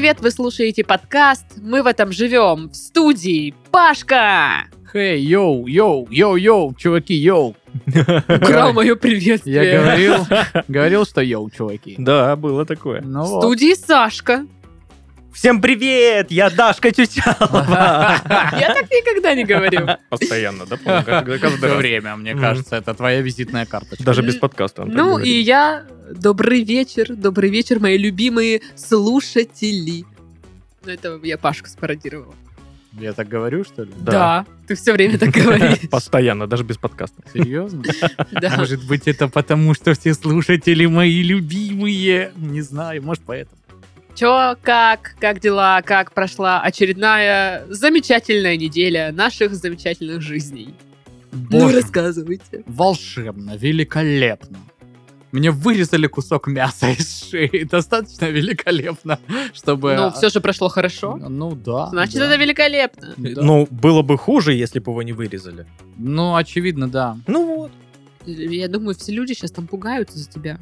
привет! Вы слушаете подкаст «Мы в этом живем» в студии Пашка! Хей, йоу, чуваки, йоу. Украл мое приветствие. Я говорил, что йоу, чуваки. Да, было такое. Ну В вот. студии Сашка. Всем привет! Я Дашка Чучалова. Я так никогда не говорю. Постоянно, да? Помню, каждый Все раз. время, мне кажется, это твоя визитная карточка. Даже без подкаста. он так Ну говорит. и я... Добрый вечер, мои любимые слушатели. Ну это я Пашку спародировала. Я так говорю, что ли? Да, ты все время так говоришь. Постоянно, даже без подкаста. Серьезно? Да. Может быть, это потому, что все слушатели мои любимые? Не знаю, может, поэтому. Чё, как дела, как прошла очередная замечательная неделя наших замечательных жизней? Ну, Боже, рассказывайте. волшебно, великолепно. Мне вырезали кусок мяса из шеи. Достаточно великолепно, чтобы... Ну, все же прошло хорошо. Ну, да. Значит, да. это великолепно. Да. Ну, было бы хуже, если бы его не вырезали. Ну, очевидно, да. Ну вот. Я думаю, все люди сейчас там пугаются за тебя.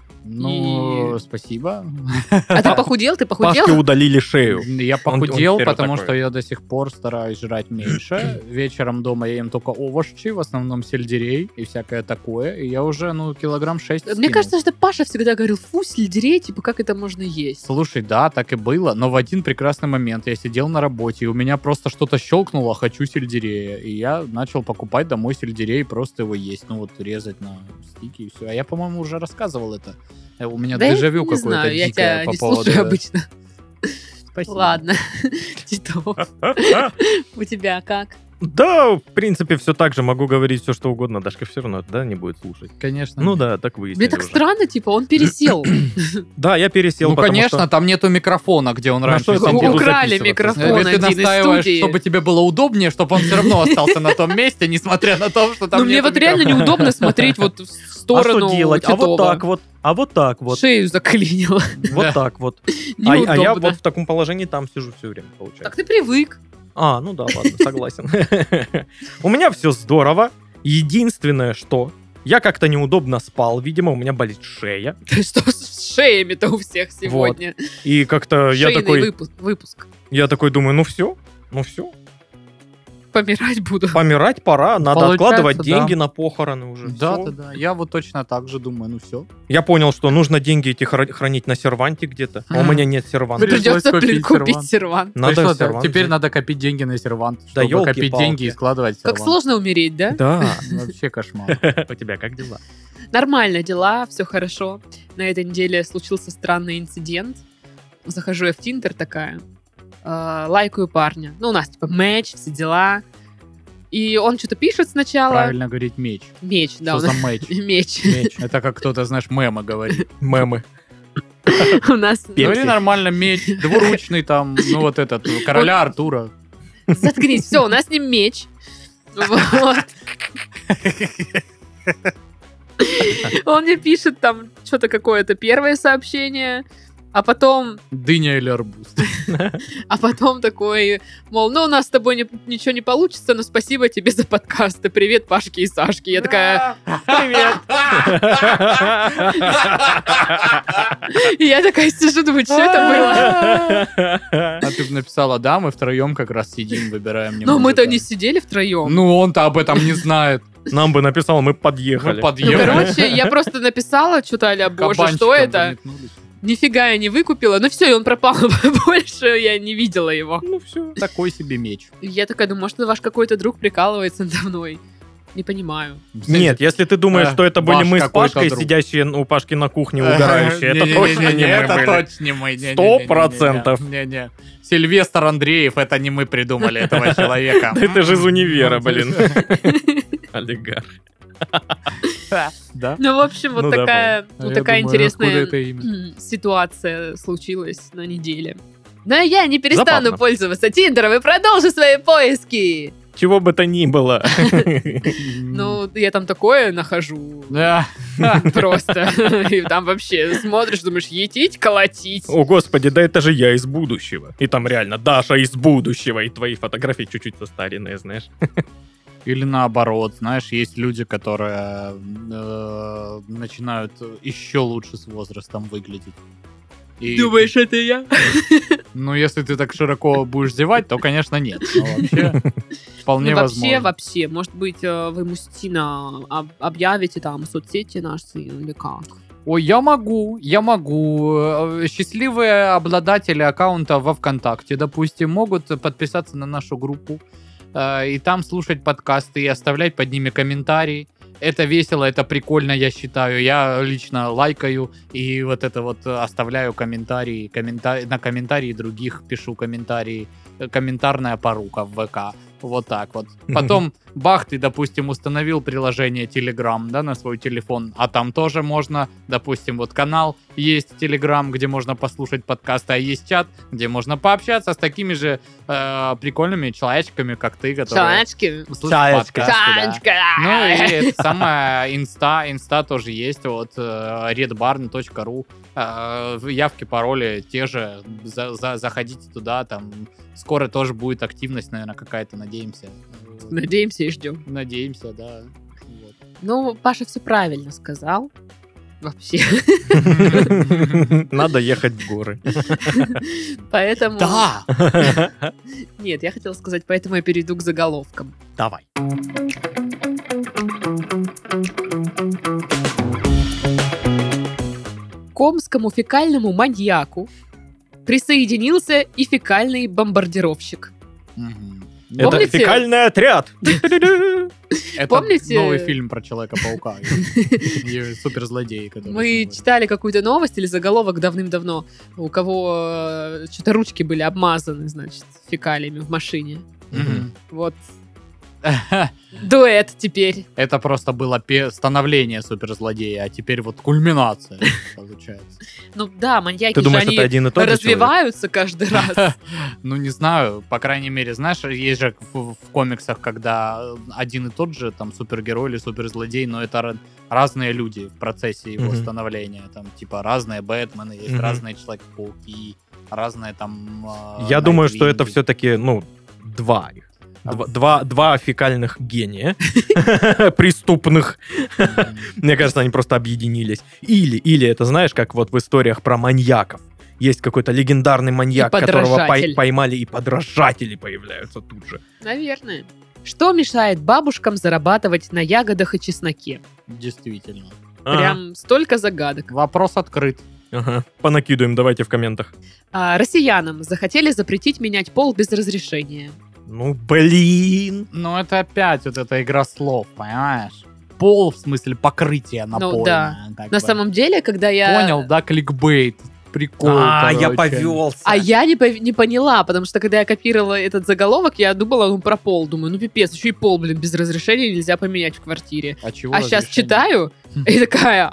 Ну, спасибо. А ты похудел? Ты похудел? Пашке удалили шею. Я Он похудел, теперь потому такой. что я до сих пор стараюсь жрать меньше. Вечером дома я ем только овощи, в основном сельдерей и всякое такое. И я уже, килограмм 6 Мне скинул. кажется, что Паша всегда говорил, фу, сельдерей, типа, как это можно есть? Слушай, да, так и было, но в один прекрасный момент я сидел на работе, и у меня просто что-то щелкнуло, хочу сельдерея, и я начал покупать домой сельдерей и просто его есть, резать на стики и все. А я, по-моему, уже рассказывал это. У меня Да я дежавю не какое-то знаю, я дикое тебя по не поводу... слушаю обычно. Спасибо. Ладно. Титов. У тебя как? Да, в принципе, все так же. Могу говорить все, что угодно. Дашка все равно, да, не будет слушать. Конечно. Ну да, так выяснили Мне так уже. странно, типа, он пересел. Да, я пересел, Ну, потому конечно, что... там нету микрофона, где он На раньше что я там сидел. буду Украли записываться? микрофон Если ты один из настаиваешь, студии. чтобы тебе было удобнее, чтобы он все равно остался на том месте, несмотря на то, что там Ну, мне нету вот реально микрофона. неудобно смотреть вот в А сторону что делать? А Титова. вот так вот. А вот так вот. Шею заклинило. Вот Да. так вот. А я Неудобно. вот в таком положении там сижу все время, получается. Так ты привык. А, ну да, ладно, согласен. У меня все здорово. Единственное, что я как-то неудобно спал, видимо, у меня болит шея. Да что с шеями-то у всех сегодня? И как-то я Шейный выпуск. такой думаю, ну все. Помирать буду. Помирать пора, надо Получается, откладывать да. деньги на похороны уже. Да, всё. да, да. Я вот точно так же думаю, все. Я понял, что нужно деньги эти хранить на серванте где-то. А у меня нет серванта. Пришлось Придется купить купить сервант. Надо сервант Теперь взять. надо копить деньги на сервант, Да чтобы копить ёлки-палки. деньги и складывать Как сервант. сложно умереть, да? Да. Вообще кошмар. У тебя как дела? Нормально дела, все хорошо. На этой неделе случился странный инцидент. Захожу я в Тиндер такая, лайкаю парня. Ну, у нас типа матч, все дела. И он что-то пишет сначала. Правильно говорить меч. Меч, да. Что у за нас- меч? Меч. Меч. Это как кто-то, знаешь, мемы говорит. Мемы. У нас... Говори нормально, меч. Двуручный там, вот этот, короля Артура. Заткнись, все, у нас не меч. Вот. Он мне пишет там что-то какое-то первое сообщение, а потом Дыня или арбуз. такой, мол, ну у нас с тобой ничего не получится, но спасибо тебе за подкасты. Привет, Пашке и Сашке. Я такая, Привет. и я такая сижу, думаю, что это было? А ты бы написала, да, мы втроем как раз сидим, выбираем Но мы-то музыку. не сидели втроем. Ну, он-то об этом не знает. Нам бы написал, мы Мы подъехали. Ну, подъехали. короче, я просто написала что-то а-ля, боже, что Кабанчиком это? заметнулись. Нифига я не выкупила. Ну все, и он пропал. Больше я не видела его. Ну все, такой себе меч. Я такая думаю, может, ваш какой-то друг прикалывается надо мной. Не понимаю. Нет, если ты думаешь, что это были ваш мы с какой-то Пашкой, друг. сидящие у Пашки на кухне, угорающие, это точно не мы Это были. точно не мы. 100%. Не-не. Сильвестр Андреев, это не мы придумали этого человека. Это же из универа, блин. Олигарх. Да? Ну, в общем, вот Ну да, такая, А вот я такая думаю, откуда интересная это имя? ситуация случилась на неделе. Но я не перестану Забавно. пользоваться Тиндером и продолжу свои поиски. Чего бы то ни было. Ну, я там такое нахожу. Да. Просто. И там вообще смотришь, думаешь, етить, колотить. О, господи, да это же я из будущего. И там реально Даша из будущего, и твои фотографии чуть-чуть состаренные, знаешь. Или наоборот, знаешь, есть люди, которые начинают еще лучше с возрастом выглядеть. И, Думаешь, это я? ну, если ты так широко будешь зевать, то, конечно, нет. Но вообще, вполне Ну, возможно. вообще, может быть, вы Мустина объявите там соцсети наши или как? Ой, я могу. Счастливые обладатели аккаунта во ВКонтакте, допустим, могут подписаться на нашу группу и там слушать подкасты и оставлять под ними комментарии. Это весело, это прикольно, я считаю. Я лично лайкаю и вот это вот оставляю комментарии, на комментарии других пишу комментарии. Комментарная порука в ВК. Вот так вот. Потом, бах, ты, допустим, установил приложение Telegram, да, на свой телефон, а там тоже можно, допустим, вот канал есть Telegram, где можно послушать подкасты, а есть чат, где можно пообщаться с такими же прикольными человечками, как ты, которые Человечки. слушают подкасты, да. Чачка. Ну и это самое инста тоже есть, вот redbarn.ru, явки, пароли те же, заходите туда, там скоро тоже будет активность, наверное, какая-то, надеемся. Надеемся и ждем. Надеемся, да. Вот. Ну, Паша все правильно сказал. Вообще. Надо ехать в горы. Поэтому... Да! Нет, я хотела сказать, поэтому я перейду к заголовкам. Давай. К омскому фекальному маньяку присоединился и фекальный бомбардировщик. Мгм. Это Помните? фекальный отряд. Это Помните? новый фильм про Человека-паука и суперзлодеи, которые... Мы читали какую-то новость или заголовок давным-давно, у кого что-то ручки были обмазаны, значит, фекалиями в машине. Мгм. Вот дуэт теперь. Это просто было становление суперзлодея, а теперь вот кульминация получается. Ну да, маньяки Ты же, думаешь, они это один и тот же человек? развиваются каждый раз. Ну, не знаю, по крайней мере, знаешь, есть же в комиксах, когда один и тот же, там, супергерой или суперзлодей, но это разные люди в процессе его Мгм. становления. Там, типа, разные Бэтмены, есть Мгм. разные Человек-пауки, разные там... Я думаю, что это Найтвинги. все-таки, два их. Два фекальных гения преступных. Мгм. Мне кажется, они просто объединились. Или это, знаешь, как вот в историях про маньяков. Есть какой-то легендарный маньяк, И которого подражатель. поймали, и подражатели появляются тут же. Наверное. Что мешает бабушкам зарабатывать на ягодах и чесноке? Действительно. Прям столько загадок. Вопрос открыт. Ага. Понакидываем, давайте в комментах. Россиянам захотели запретить менять пол без разрешения. Ну, блин. Ну, это опять вот эта игра слов, понимаешь? Пол, в смысле, покрытие напольное. да. как На бы. самом деле, когда я... Понял, да, кликбейт. Прикол, Я короче. повелся. А я не поняла, потому что когда я копировала этот заголовок, я думала про пол. Думаю, ну пипец, еще и пол, блин, без разрешения нельзя поменять в квартире. А чего А сейчас разрешение? читаю, и такая...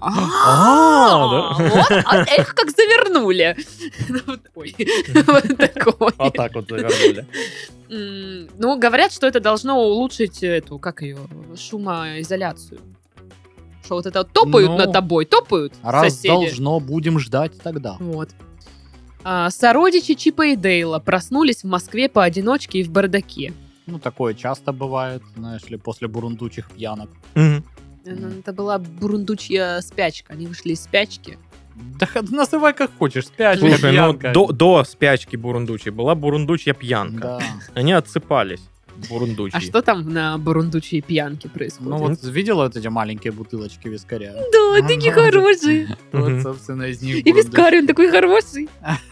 да? Вот, эх, как завернули. Ну, вот, ой, вот такое. Вот так вот завернули. Ну, говорят, что это должно улучшить эту, как ее, шумоизоляцию. Что вот это вот топают Ну, над тобой, топают Раз соседи. должно, будем ждать тогда. Вот. Сородичи Чипа и Дейла проснулись в Москве поодиночке и в бардаке. Ну, такое часто бывает, знаешь ли, после бурундучих пьянок. Мгм. Это была бурундучья спячка. Они вышли из спячки. Да называй как хочешь, спячка, Слушай, ну пьянка. до спячки бурундучей была бурундучья пьянка. Да. Они отсыпались, бурундучьи. А что там на бурундучьей пьянке происходит? Ну вот видела вот эти маленькие бутылочки вискаря? Да, такие хорошие. Мгм. Вот, собственно, из них И вискарь, он такой хороший.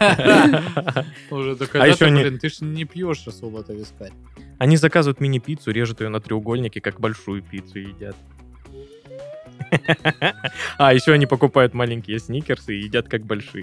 Уже такой, А да еще ты, они- блин, ты ж не пьешь особо-то вискарь. Они заказывают мини-пиццу, режут ее на треугольники, как большую пиццу едят. А еще они покупают маленькие сникерсы и едят как большие.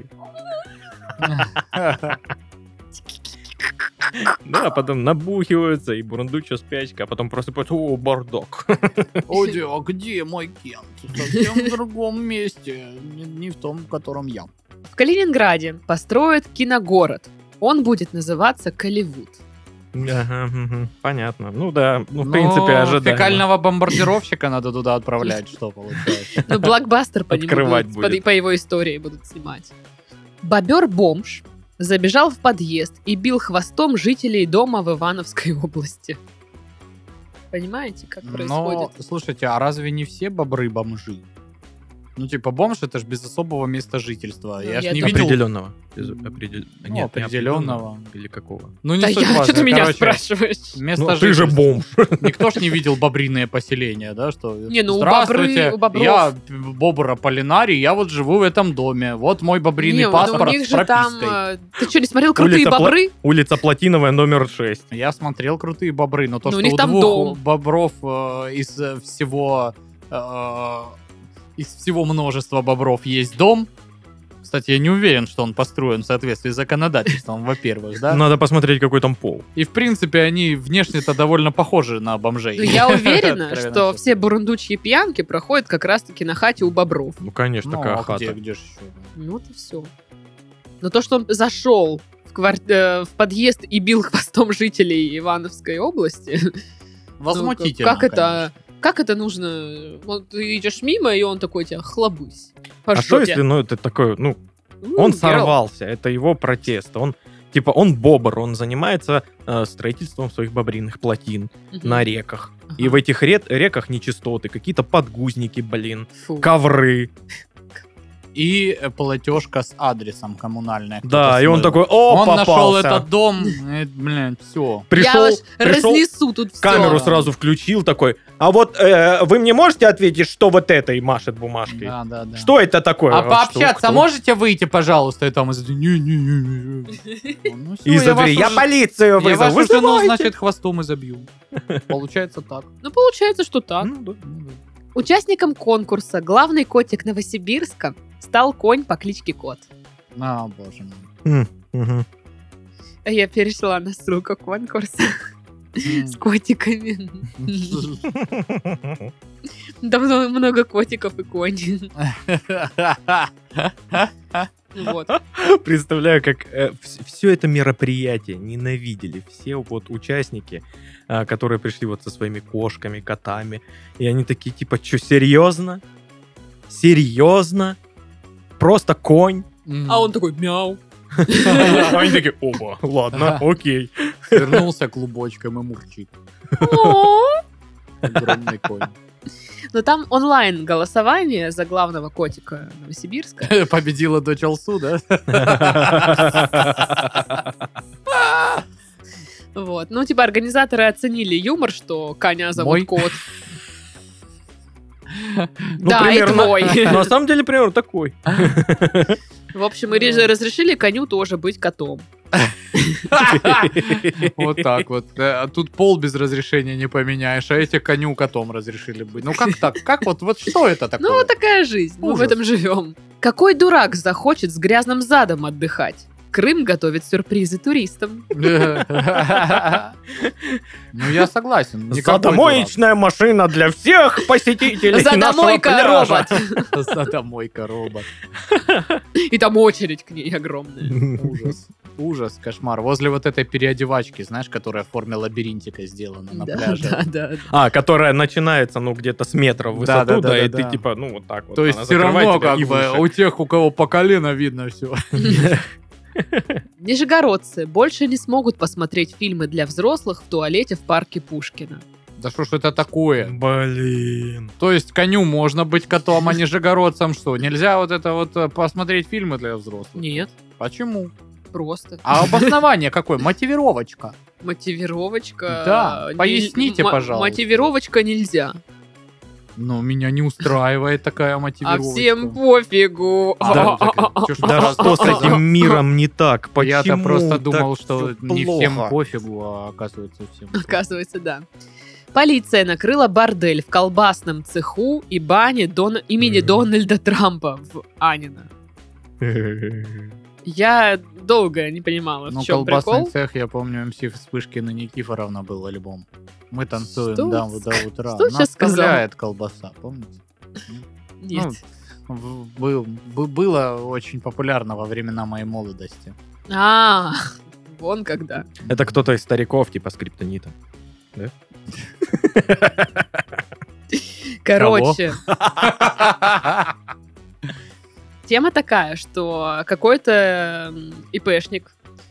Ну, а потом набухиваются, и бурундучья спячка, а потом просыпаются, о, бардак. Оди, а где мой Кент? Совсем в другом месте, не в том, в котором я. В Калининграде построят киногород. Он будет называться Колливуд. Ага, мгм, понятно. Ну да, в Но принципе, ожидаемо. фекального бомбардировщика надо туда отправлять, что получается. Ну, блокбастер по нему Открывать будут, будет. по его истории будут снимать. Бобер-бомж забежал в подъезд и бил хвостом жителей дома в Ивановской области. Понимаете, как Но, происходит? слушайте, а разве не все бобры бомжи? Ну, типа, бомж — это ж без особого места жительства. Ну, Я ж я не тоже. видел... Определенного. Ну, определенного. Или какого? Ну, не Да суть я, важно. что ты меня Короче, спрашиваешь? место Ну, ты же жительства. бомж. Никто ж не видел бобриные поселения, да, что... Не, ну, у Здравствуйте, у бобров- я бобр Аполлинарий, я вот живу в этом доме. Вот мой бобриный Не, ну, паспорт у них с же там... пропиской. Ты что, не смотрел «Крутые Улица Пла- бобры»? Улица Платиновая, номер 6. Я смотрел «Крутые бобры», но то, Ну, у что них у там двух дом. бобров из всего множества бобров есть дом. Кстати, я не уверен, что он построен в соответствии с законодательством, во-первых, да? Надо посмотреть, какой там пол. И, в принципе, они внешне-то довольно похожи на бомжей. Ну, я уверена, Откровенно что честно. все бурундучьи пьянки проходят как раз-таки на хате у бобров. Ну, конечно, Ну, такая а хата. где ж еще? Ну, вот и все. Но то, что он зашел в подъезд и бил хвостом жителей Ивановской области, Возмутительно, как это... конечно. Как это нужно? Вот ты идешь мимо, и он такой тебя хлобысь. По А что жопе. если, ну, это такой, ну, Ну, он Герл. сорвался, это его протест. Он, типа, он бобр, он занимается строительством своих бобриных плотин Мгм. на реках. Ага. И в этих реках нечистоты, какие-то подгузники, блин, Фу. ковры. И платежка с адресом коммунальная. Да, и он смыл. такой, о, Он нашел попался. этот дом, блин, все. Я Пришел, уж разнесу тут все. камеру сразу включил, такой, а вот вы мне можете ответить, что вот это, и машет бумажкой? Да. Что это такое? А Вот пообщаться что, кто? можете выйти, пожалуйста? И там не. Ну, всё, И забери, я вас полицию уже- я вызову, вашу жену, вызывайте. значит, хвостом и забью. Получается так. Ну, получается, что так. Ну, да. Участником конкурса «Главный котик Новосибирска» стал конь по кличке Кот. А, боже мой. Мгм. Я перешла на ссылку конкурса с котиками. Давно много котиков и коней. Вот. Представляю, как все это мероприятие ненавидели все вот участники, которые пришли вот со своими кошками, котами. И они такие, типа, что, серьезно? Серьезно? Просто конь? А он такой мяу. Они такие, оба, ладно, окей. Свернулся клубочком и мурчит. О. Огромный конь. Но там онлайн голосование за главного котика Новосибирска. Победила дочь Алсу, да? Вот. Ну, типа, организаторы оценили юмор, что коня зовут Мой? Кот. Ну, Да, и примерно. твой. На самом деле, примерно такой. В общем, мы разрешили коню тоже быть котом. Вот так вот. А тут пол без разрешения не поменяешь, а эти коню котом разрешили быть. Ну как так? Как вот что это такое? Ну, вот такая жизнь. Мы в Ужас. этом живем. Какой дурак захочет с грязным задом отдыхать? Крым готовит сюрпризы туристам. Ну, я согласен. Никакой Задомоечная машина для всех посетителей нашего Задомойка пляжа. робот. дурак. Задомойка робот. И там очередь к ней огромная. Ужас. Ужас, кошмар. Возле вот этой переодевачки, знаешь, которая в форме лабиринтика сделана на Да, пляже. да, да. А, которая начинается, ну, где-то с метра в Да, высоту, да, да, да, и да, ты да. типа, ну, вот так вот. То есть она все закрывает равно тебя как и бы выше. у тех, у кого по колено видно все. Нижегородцы больше не смогут посмотреть фильмы для взрослых в туалете в парке Пушкина. Да что ж это такое? Блин. То есть коню можно быть котом, а нижегородцам что? Нельзя вот это вот посмотреть фильмы для взрослых? Нет, Почему? просто. А обоснование какое? Мотивировочка. Мотивировочка... Да, не- поясните, пожалуйста. Мотивировочка нельзя. Ну, меня не устраивает такая А мотивировочка. всем пофигу. Да, чё ж ты Да сразу что с сказал? этим миром не так? Почему Я-то просто думал, так что всё не всем плохо? пофигу, а оказывается всем. Оказывается, да. Полиция накрыла бордель в колбасном цеху и бане имени Дональда Трампа в Анино. Я долго не понимала, Ну, в чем колбасный прикол. цех, я помню, МС Вспышкина Никифоровна был альбом. Мы танцуем Что? до утра. Что сейчас сказал? Наставляет колбаса, помните? Нет. Было очень популярно во времена моей молодости. Вон когда. Это кто-то из стариков, типа скриптонита. Короче, тема такая, что какой-то ИПшник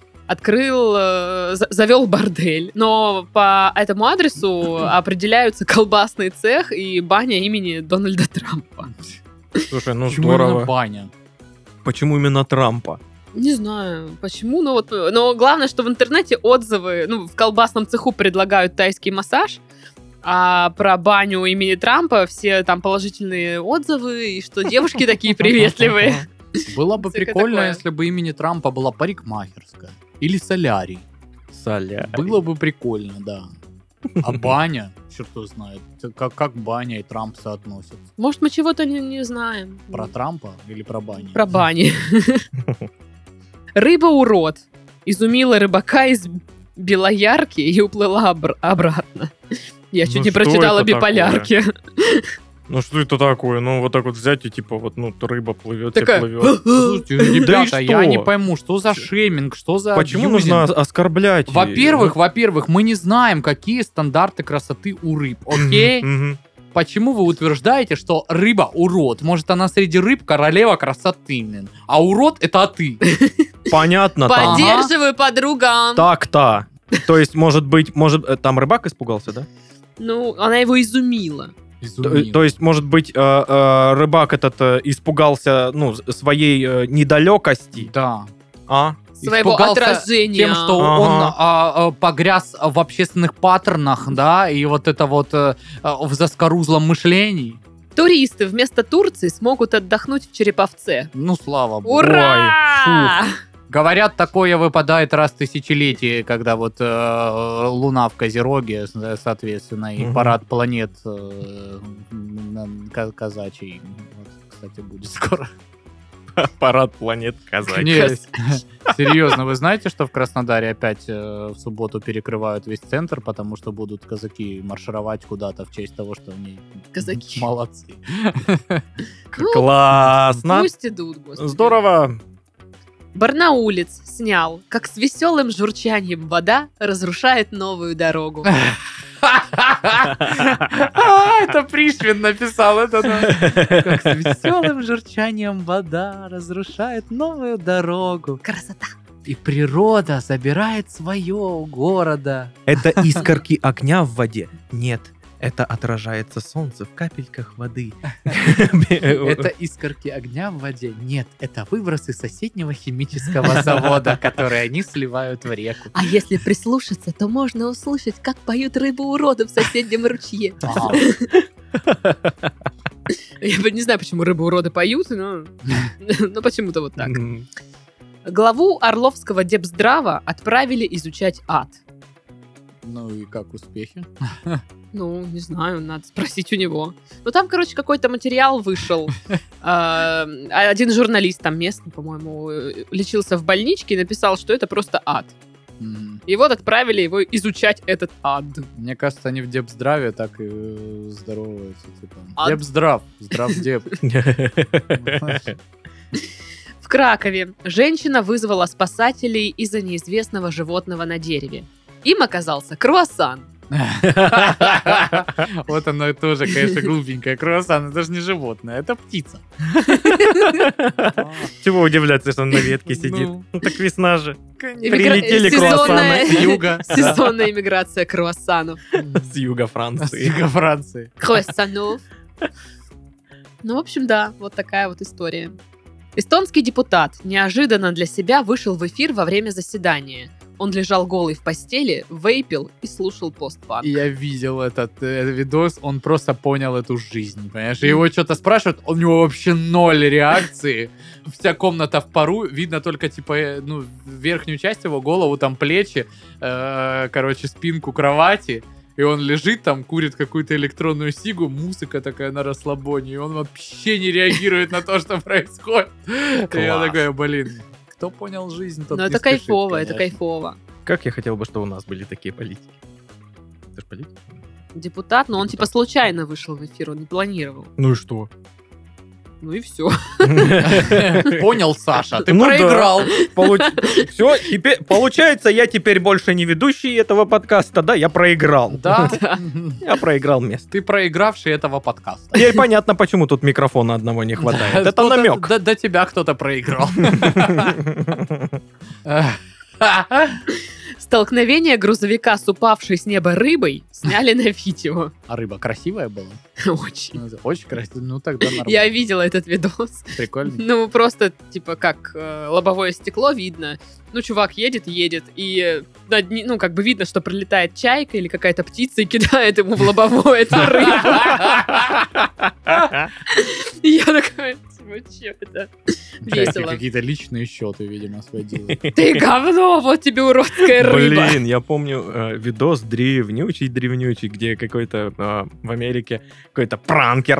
завел бордель, но по этому адресу определяются колбасный цех и баня имени Дональда Трампа. Слушай, ну Почему именно здорово. баня? Почему именно Трампа? Не знаю, почему, но главное, что в интернете отзывы, в колбасном цеху предлагают тайский массаж, а про баню имени Трампа все там положительные отзывы, и что девушки такие приветливые. Было бы Всякое прикольно, такое. если бы имени Трампа была парикмахерская. Или солярий. Соля. Было бы прикольно, да. А баня, черт его знает. Как баня и Трамп соотносятся? Может, мы чего-то не знаем. Про Трампа или про баню? Про бани. Рыба-урод изумила рыбака из Белоярки и уплыла обратно. Я чуть Ну не что прочитала это биполярки. Ну что это такое? Ну вот так вот взять и типа вот, рыба плывет, Такая, плывет. Слушайте, ребята, Да и я что? не пойму, что за шейминг, что за Почему абьюзинг? нужно оскорблять? Во-первых, мы не знаем, какие стандарты красоты у рыб, окей? Мгм. Почему вы утверждаете, что рыба урод? Может, она среди рыб королева красоты, блин. А урод это ты. Понятно, там. Поддерживаю подругам. Так-то. То есть, может быть, там рыбак испугался, да? Ну, она его изумила. То есть, может быть, рыбак этот испугался, своей недалекости, Да. а? Своего Испугался отражения. тем, что Ага. он погряз в общественных паттернах, да, и вот это вот в заскорузлом мышлении. Туристы вместо Турции смогут отдохнуть в Череповце. Ну, слава богу. Ура! Говорят, такое выпадает раз в тысячелетие, когда вот Луна в Козероге, соответственно, и Мгм. парад планет казачий. Вот, кстати, будет скоро. Парад планет казачий. Нет, серьезно, вы знаете, что в Краснодаре опять в субботу перекрывают весь центр, потому что будут казаки маршировать куда-то в честь того, что они Казаки. молодцы. Классно. Пусть идут, господи. Здорово. Барнаулец снял, как с веселым журчанием вода разрушает новую дорогу. Это Пришвин написал это. Как с веселым журчанием вода разрушает новую дорогу. Красота. И природа забирает свое у города. Это искорки огня в воде? Нет. Это отражается солнце в капельках воды. Это искорки огня в воде? Нет, это выбросы соседнего химического завода, которые они сливают в реку. А если прислушаться, то можно услышать, как поют рыбы-уроды в соседнем ручье. Я не знаю, почему рыбы-уроды поют, но почему-то вот так. Главу Орловского Депздрава отправили изучать ад. Ну и как успехи? Ну, не знаю, надо спросить у него. Ну, там, короче, какой-то материал вышел. Один журналист там местный, по-моему, лечился в больничке и написал, что это просто ад. И вот отправили его изучать этот ад. Мне кажется, они в Депздраве так и здороваются. Типа. Ад. Депздрав, здрав деп. В Кракове женщина вызвала спасателей из-за неизвестного животного на дереве. Им оказался круассан. Вот оно тоже, конечно, глупенькое. Круассан, это же не животное, это птица. Чего удивляться, что он на ветке сидит? Ну. Ну так весна же. Иммигра- Прилетели сезонная- круассаны. С юга. да. Сезонная иммиграция круассанов. С юга С Франции. юга Франции. Круассанов. Ну, в общем, да, вот такая вот история. Эстонский депутат неожиданно для себя вышел в эфир во время заседания. Он лежал голый в постели, вейпил и слушал постпанк. Я видел этот видос, он просто понял эту жизнь, понимаешь? И его что-то спрашивают, у него вообще ноль реакции. Вся комната в пару, видно только, типа, верхнюю часть его, голову, там, плечи, спинку кровати. И он лежит там, курит какую-то электронную сигу, музыка такая на расслабоне, и он вообще не реагирует на то, что происходит. И я Класс. такой, блин, кто понял жизнь, тот Но не это спешит, кайфово, это конечно. кайфово. Как я хотел бы, чтобы у нас были такие политики. Ты ж политик? Депутат, но он типа случайно вышел в эфир, он не планировал. Ну и что? Ну и все. Понял, Саша, ты Ну да. проиграл. Все, теперь получается, я теперь больше не ведущий этого подкаста, да? Я проиграл. Да, Я проиграл место. ты проигравший этого подкаста. Теперь понятно, почему тут микрофона одного не хватает. Это Кто-то- намек. До тебя кто-то проиграл. Столкновение грузовика с упавшей с неба рыбой сняли на видео. А рыба красивая была? Очень. Очень красивая. Ну, тогда нормально. Я видела этот видос. Прикольно. Ну, просто, типа, как лобовое стекло видно. Ну, чувак едет, и ну, как бы видно, что пролетает чайка или какая-то птица и кидает ему в лобовое эту рыбу. И я такая, типа, че это? Весело. Какие-то личные счеты, видимо, сводила. Ты говно, вот тебе уродская рыба. Блин, я помню видос древнючий, где какой-то в Америке какой-то пранкер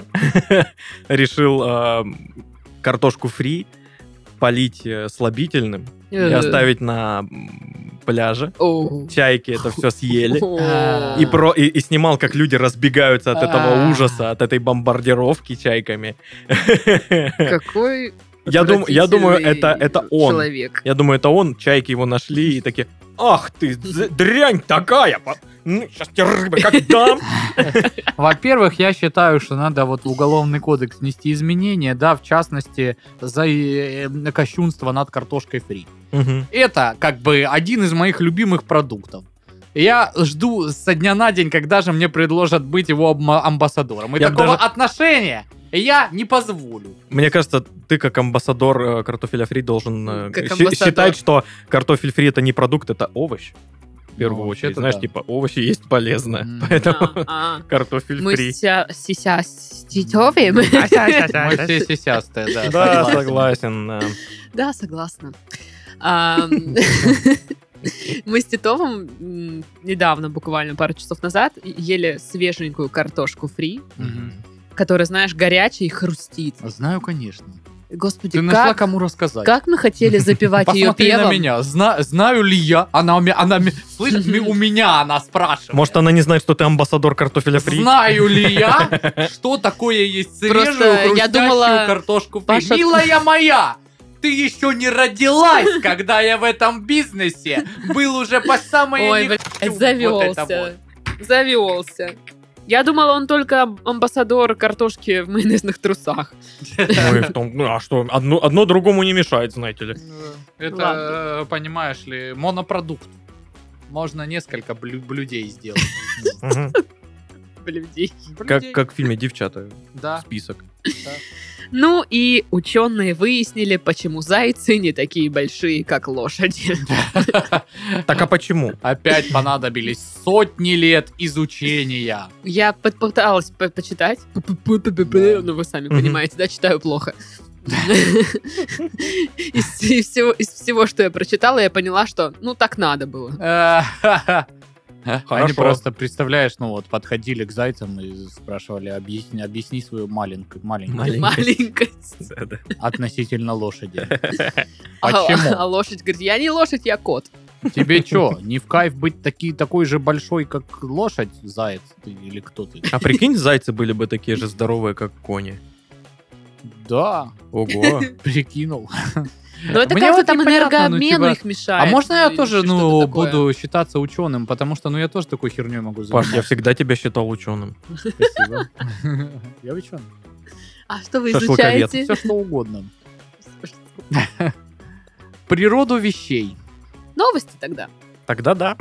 решил картошку фри полить слабительным и оставить на пляже. Чайки это все съели. И снимал, как люди разбегаются от этого ужаса, от этой бомбардировки чайками. Какой Я думаю, это он. Человек. Я думаю, это он. Чайки его нашли и такие: ах ты, дрянь такая! Сейчас тебе рыбы как дам! Во-первых, я считаю, что надо вот в Уголовный кодекс внести изменения, да, в частности, за кощунство над картошкой фри. Это как бы один из моих любимых продуктов. Я жду со дня на день, когда же мне предложат быть его амбассадором. И такого отношения я не позволю. Мне кажется, ты как амбассадор картофеля фри должен считать, что картофель фри это не продукт, это овощ. В первую очередь, знаешь, типа овощи есть полезно, поэтому картофель фри. Мы сисяститовим. Мы все сисястые, да. Да, согласен. Да, согласна. Мы с Титовым недавно, буквально пару часов назад, ели свеженькую картошку фри, которая, знаешь, горячая и хрустит. Знаю, конечно. Господи, ты нашла кому рассказать. Как мы хотели запивать ее пивом. Посмотри на меня. Знаю ли я? Слышь, у меня она спрашивает. Может, она не знает, что ты амбассадор картофеля фри? Знаю ли я, что такое есть свежую хрустящую картошку фри? Милая моя! Ты еще не родилась, когда я в этом бизнесе был уже по самой... Ой, блядь, завелся. Я думала, он только амбассадор картошки в майонезных трусах. А что, одно другому не мешает, знаете ли. Это, понимаешь ли, монопродукт. Можно несколько блюдей сделать. Блюдей. Как в фильме «Девчата». Список. Ну и ученые выяснили, почему зайцы не такие большие, как лошади. Так а почему? Опять понадобились сотни лет изучения. Я попыталась почитать. Ну, вы сами понимаете, да, читаю плохо. Из всего, что я прочитала, я поняла, что, ну, так надо было. Они просто, представляешь, ну вот, подходили к зайцам и спрашивали: объясни свою маленькость относительно лошади. Почему? А лошадь говорит: я не лошадь, я кот. Тебе что, не в кайф быть такой же большой, как лошадь, заяц ты или кто ты? А прикинь, зайцы были бы такие же здоровые, как кони. Да. Ого. Прикинул. Ну, это как-то там энергообмену их мешает. А можно я тоже, буду считаться ученым? Потому что, я тоже такой херней могу заниматься. Паш, я всегда тебя считал ученым. Спасибо. Я ученый. А что вы изучаете? Все, что угодно. Природу вещей. Новости тогда. Тогда да.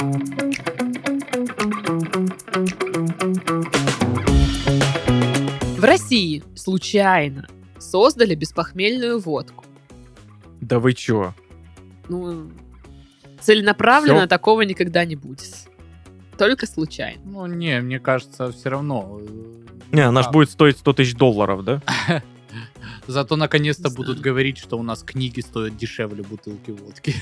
В России случайно создали беспохмельную водку. Да вы чё? Ну, целенаправленно такого никогда не будет. Только случайно. Ну, не, мне кажется, все равно. Не, она ж будет стоить $100 тысяч, да? Зато наконец-то будут говорить, что у нас книги стоят дешевле бутылки водки.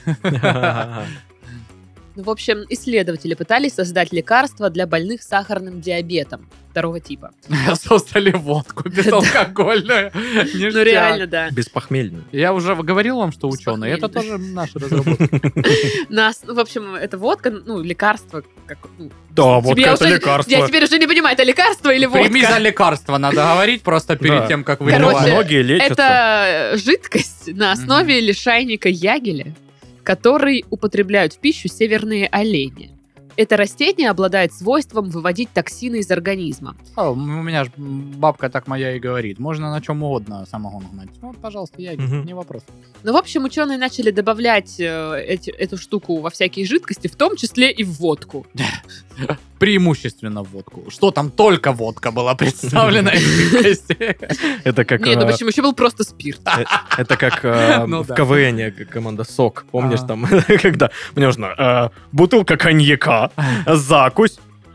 В общем, исследователи пытались создать лекарство для больных сахарным диабетом второго типа. Создали водку безалкогольную. Ну реально, да. Беспохмельную. Я уже говорил вам, что ученые. Это тоже наши разработки. В общем, это водка, лекарство. Да, водка это лекарство. Я теперь уже не понимаю, это лекарство или водка? Прими за лекарство, надо говорить просто перед тем, как вы... Многие лечатся. Это жидкость на основе лишайника ягеля, который употребляют в пищу северные олени. Это растение обладает свойством выводить токсины из организма. У меня же бабка так моя и говорит. Можно на чем угодно самогон гнать. Вот, пожалуйста, ягоды, не вопрос. Ну, в общем, ученые начали добавлять эту штуку во всякие жидкости, в том числе и в водку. Преимущественно в водку. Что там только водка была представлена из жидкости. Это как... Нет, ну почему еще был просто спирт? Это как Ну в да. КВН команда СОК. Помнишь там, когда мне нужно бутылка коньяка, закусь,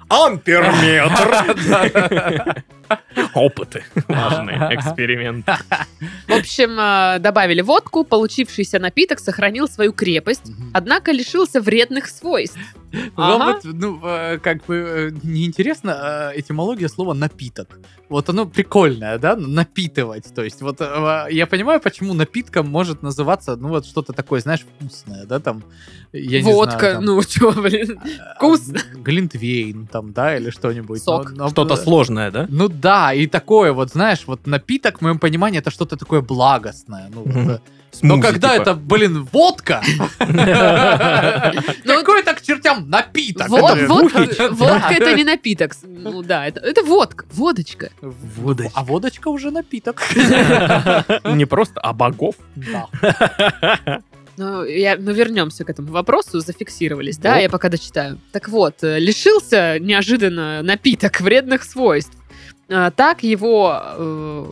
амперметр. Опыты. Важные эксперименты. В общем, добавили водку, получившийся напиток сохранил свою крепость, однако лишился вредных свойств. Вам Ага. вот, как бы, неинтересна этимология слова «напиток». Вот оно прикольное, да? Напитывать. То есть, вот я понимаю, почему напитком может называться, ну, вот что-то такое, знаешь, вкусное, да, там, я не Водка, знаю, там, ну что, блин, вкусно. Глинтвейн, там, да, или что-нибудь. Сок. Но- Что-то сложное, да? Ну да, и такое вот, знаешь, вот напиток, в моем понимании, это что-то такое благостное. Ну, Мгм. вот, но Смузи, когда типа. это, блин, водка, Ну, какой это к чертям напиток? Вот, Это водка, бухич. водка это не напиток. Ну да, это водка, водочка. Водочка. А водочка уже напиток. Не просто, а богов. Да. Ну, вернемся к этому вопросу, зафиксировались, да, Оп. я пока дочитаю. Так вот, лишился неожиданно напиток вредных свойств. Так его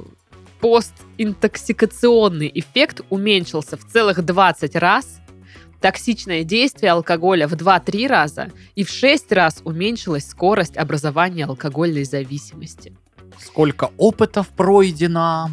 постинтоксикационный эффект уменьшился в целых 20 раз, токсичное действие алкоголя в 2-3 раза и в 6 раз уменьшилась скорость образования алкогольной зависимости. Сколько опытов пройдено.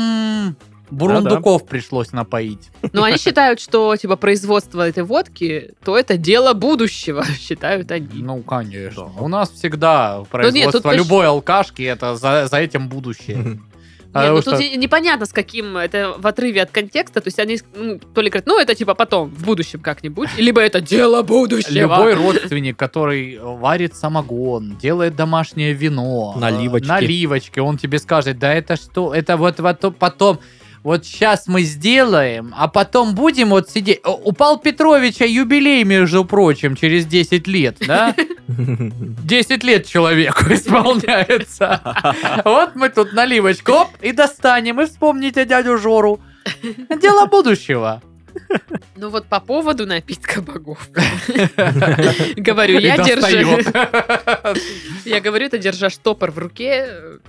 Бурундуков пришлось напоить. Но они считают, что типа производство этой водки, то это дело будущего, считают они. Ну, конечно. Да. У нас всегда нет, производство тут любой алкашки, это за этим будущее. Нет, Потому ну что- тут непонятно, с каким это в отрыве от контекста. То есть они то ли говорят, ну это типа потом, в будущем как-нибудь, либо это дело будущего. Любой родственник, который варит самогон, делает домашнее вино, Наливочки. наливочки, он тебе скажет, да это что, это вот потом, вот сейчас мы сделаем, а потом будем вот сидеть. У Павла Петровича юбилей, между прочим, через 10 лет, да? 10 лет человеку исполняется. Вот мы тут наливочку, оп, и достанем, и вспомните дядю Жору. Дело будущего. Ну вот по поводу напитка богов. Говорю, И я держу. достает. Я говорю это, держа штопор в руке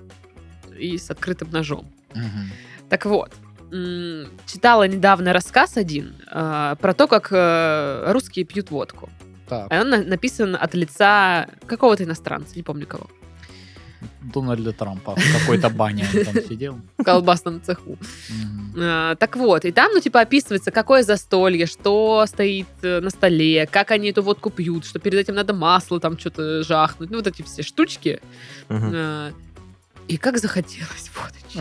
и с открытым ножом. Так вот, читала недавно рассказ один про то, как русские пьют водку. Так, Он написан от лица какого-то иностранца, не помню кого, Дональда Трампа в какой-то бане он там сидел. в колбасном цеху. Мгм. Так вот, и там, ну, типа, описывается, какое застолье, что стоит на столе, как они эту водку пьют, что перед этим надо масло там что-то жахнуть, ну, вот эти все штучки. Мгм. И как захотелось водочки.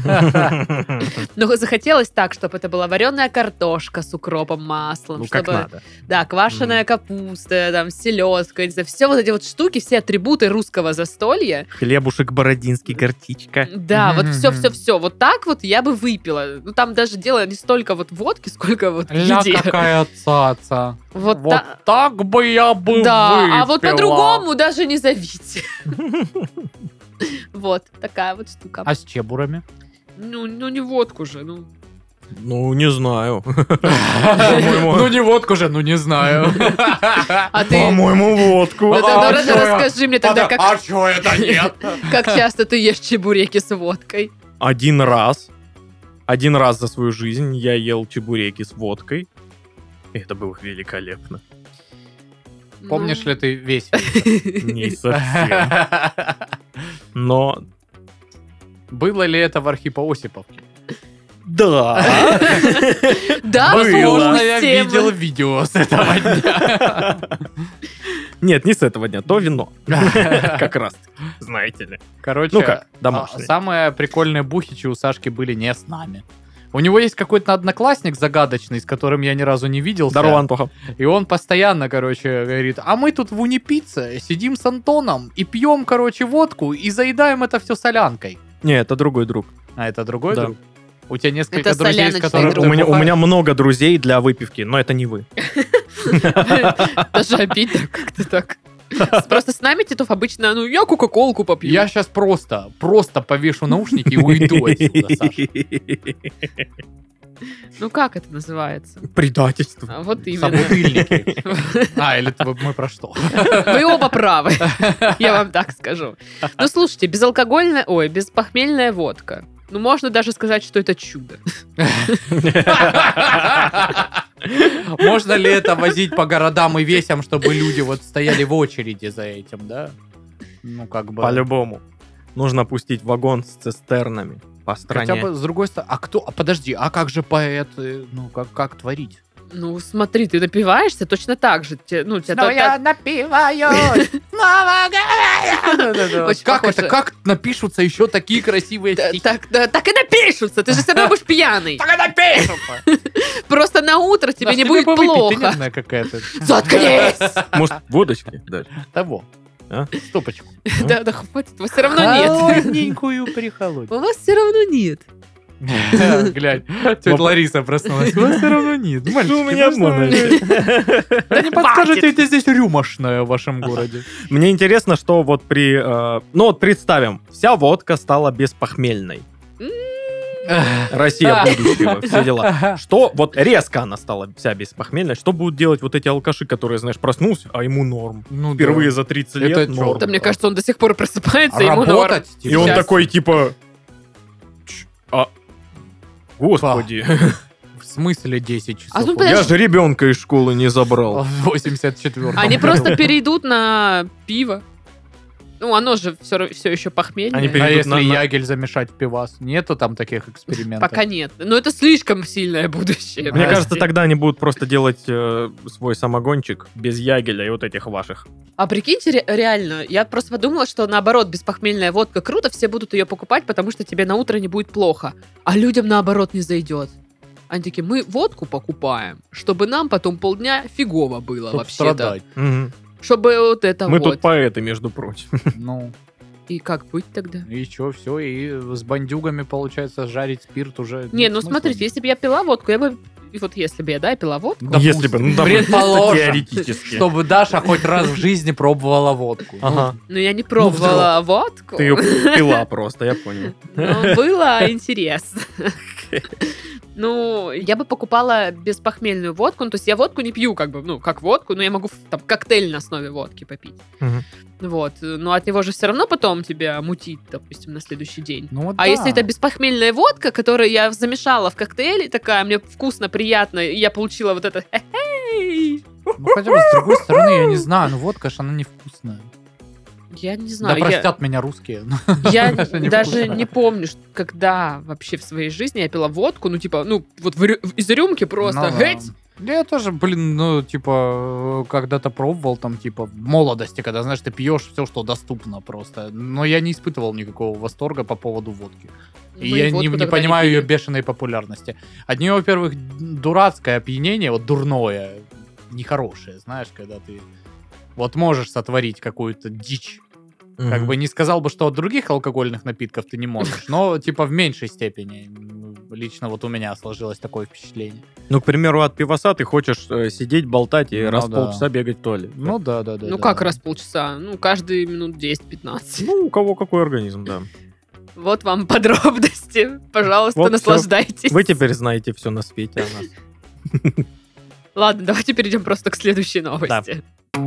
Эх. Но захотелось так, чтобы это была вареная картошка с укропом, маслом, Ну, как чтобы, надо. да, квашеная капуста, там, селедка, не знаю, все вот эти вот штуки, все атрибуты русского застолья. Хлебушек бородинский, горчичка. Да, вот Мгм. все. Вот так вот я бы выпила. Ну, там даже дело не столько вот водки, сколько вот Ля, еде. какая цаца. Вот Вот та- так бы я бы Да, а вот выпила. по-другому даже не зовите. Вот, такая вот штука. А с чебурами? Ну, не водку же, ну. Ну, не знаю. Ну не водку же, ну не знаю. А ты... По-моему, водку. Ну, тогда А чё я? расскажи мне тогда, А чё это нет? как часто ты ешь чебуреки с водкой? Один раз за свою жизнь я ел чебуреки с водкой. И это было великолепно. Помнишь ли ты весь? Не совсем. Но Было ли это в Архипо-Осиповке? да. Да, Было. Возможно, вспомни я тему. видел видео с этого дня. Нет, не с этого дня, то вино. Как раз, знаете ли. Короче, Ну как, домашнее. самые прикольные бухичи у Сашки были не с нами. У него есть какой-то одноклассник загадочный, с которым я ни разу не виделся. Здорово, Антоха. И он постоянно, короче, говорит, а мы тут в Унипице сидим с Антоном и пьем, короче, водку и заедаем это все солянкой. Не, это другой друг. А это другой Да. друг? У тебя несколько Это друзей, с соляночный которыми друг. ты У меня бухаешь? много друзей для выпивки, но это не вы. Даже обидно как-то так. Просто с нами, Титов, обычно, ну, я кока-колку попью. Я сейчас просто повешу наушники и уйду отсюда, Саша. Ну, как это называется? Предательство. Вот именно. Собутыльники. Или мы про что? Вы оба правы, я вам так скажу. Ну, слушайте, беспохмельная водка. Ну, можно даже сказать, что это чудо. Можно ли это возить по городам и весям, чтобы люди вот стояли в очереди за этим, да? Ну, как бы... По-любому. Нужно пустить вагон с цистернами по стране. Хотя бы с другой стороны... Подожди, а как же поэты? Ну, как творить? Ну, смотри, ты напиваешься точно так же. Я напиваюсь, снова говорю. Очень Как похоже. это? Как напишутся еще такие красивые стихи? Так и напишутся, ты же все равно будешь пьяный. Так и напишутся! Просто на утро тебе не будет Ты плохо. нежная какая-то. Заткнись! Может, водочки даже? Того. А? Стопочку. Да, хватит, вас все равно нет. Холодненькую прихолодь. У вас все равно нет. Глянь, тетя Лариса проснулась. У вас все равно нет. Мальчики, у меня ну что моно. вы? Да не подскажете, где здесь рюмошная в вашем городе? Мне интересно, что вот представим, вся водка стала беспохмельной. Россия будущего, все дела. Что вот резко она стала вся беспохмельной, что будут делать вот эти алкаши, которые, знаешь, проснулся, а ему норм. Ну, Впервые за 30 лет Это чё? норм. Да, мне кажется, он до сих пор просыпается, ему норм. Работать? И он Сейчас. такой, типа... Господи, В смысле 10 часов? А ну, Он- подожди. я же ребенка из школы не забрал. В 84-м. Они просто перейдут на пиво. Ну, оно же все еще похмельное. Они А перейдут если на- ягель замешать в пивас? Нету там таких экспериментов? Пока нет. Но это слишком сильное будущее. Мне подожди. кажется, тогда они будут просто делать свой самогончик без ягеля и вот этих ваших. А прикиньте, реально, я просто подумала, что наоборот, беспохмельная водка круто, все будут ее покупать, потому что тебе на утро не будет плохо. А людям наоборот не зайдет. Они такие, мы водку покупаем, чтобы нам потом полдня фигово было Чтоб вообще-то. страдать. Мгм. Чтобы вот это Мы вот. тут поэты, между прочим. Ну, И как быть тогда? и чё, все, и с бандюгами, получается, жарить спирт уже... Не, ну смысла смотрите, нет. если бы я пила водку, я бы... И вот если бы я, да, пила водку, Если бы, ну, Предположим, теоретически. чтобы Даша хоть раз в жизни пробовала водку. Ага. но я не пробовала водку. Ты ее пила просто, я понял. Но было интересно. Ну, я бы покупала беспохмельную водку. Ну, то есть я водку не пью, как бы, ну, как водку, но я могу там коктейль на основе водки попить. Мгм. Вот. Но от него же все равно потом тебя мутит, допустим, на следующий день. Ну, вот А да. если это беспохмельная водка, которую я замешала в коктейле, такая, мне вкусно, приятно, и я получила вот это «Хе-хей». Ну, хотя бы с другой стороны, я не знаю, ну водка ж она невкусная. Я не Да знаю, простят меня русские. я Это невкусно. даже не помню, когда вообще в своей жизни я пила водку, ну, типа, ну, вот из рюмки просто, Ну да. гэть. Я тоже, блин, ну, типа, когда-то пробовал, там, типа, в молодости, когда, знаешь, ты пьешь все, что доступно просто. Но я не испытывал никакого восторга по поводу водки. И Мы я не, водку не тогда понимаю пили. ее бешеной популярности. От нее, во-первых, дурацкое опьянение, вот дурное, нехорошее, знаешь, когда ты вот можешь сотворить какую-то дичь. Как бы не сказал бы, что от других алкогольных напитков ты не можешь, но типа в меньшей степени. Лично вот у меня сложилось такое впечатление. Ну, к примеру, от пивоса ты хочешь сидеть, болтать и Ну раз в да. полчаса бегать в туалет. Ну да. Ну, как раз полчаса? Ну, каждые минут 10-15. Ну, у кого какой организм, да. Вот вам подробности. Пожалуйста, Вот наслаждайтесь. Вы теперь знаете все на свете о нас. Ладно, давайте перейдем просто к следующей новости.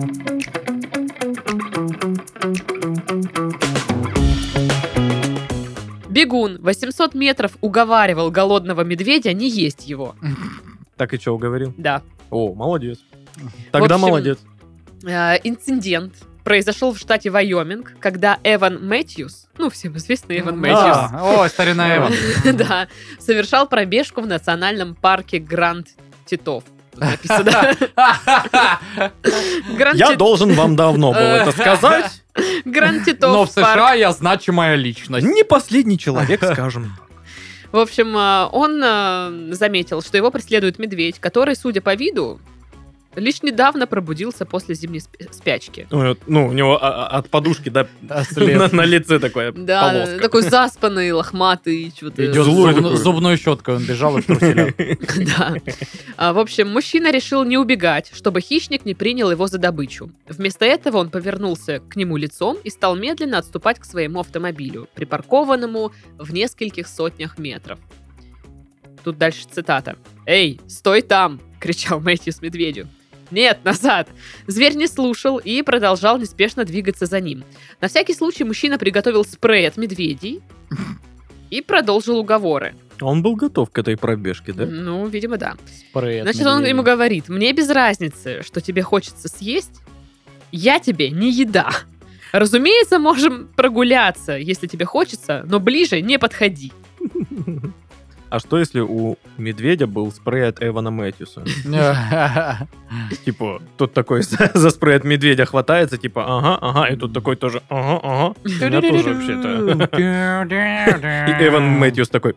Бегун 800 метров уговаривал голодного медведя не есть его. Так и что, уговорил? Да. О, молодец. Тогда общем, молодец. Инцидент произошел в штате Вайоминг, когда Эван Мэтьюс, ну, всем известный Эван Мэтьюс, О, старина Эван. да, совершал пробежку в национальном парке Гранд Титов. Тут написано. Гранд Я Тит- должен вам давно было это сказать. Гранд Титов Но в парк. США я значимая личность. Не последний человек, скажем. В общем, он заметил, что его преследует медведь, который, судя по виду, Лишь недавно пробудился после зимней спячки. Ну, у него от подушки, да, След. на лице такая Да, полоска. такой заспанный, лохматый, что-то. Идет Злой такой. зубной щеткой, он бежал и в труселях. Да. В общем, мужчина решил не убегать, чтобы хищник не принял его за добычу. Вместо этого он повернулся к нему лицом и стал медленно отступать к своему автомобилю, припаркованному в нескольких сотнях метров. Тут дальше цитата. «Эй, стой там!» — кричал Мэтьюс медведю. «Нет, назад!» Зверь не слушал и продолжал неспешно двигаться за ним. На всякий случай мужчина приготовил спрей от медведей и продолжил уговоры. Он был готов к этой пробежке, да? Ну, видимо, да. Спрей от Значит, он медведя. ему говорит, мне без разницы, что тебе хочется съесть, я тебе не еда. Разумеется, можем прогуляться, если тебе хочется, но ближе не подходи. А что если у медведя был спрей от Эвана Мэтьюса? Типа, тот такой за спрей от медведя хватается, типа, ага, и тут такой тоже, ага. У меня тоже вообще-то. И Эван Мэтьюс такой,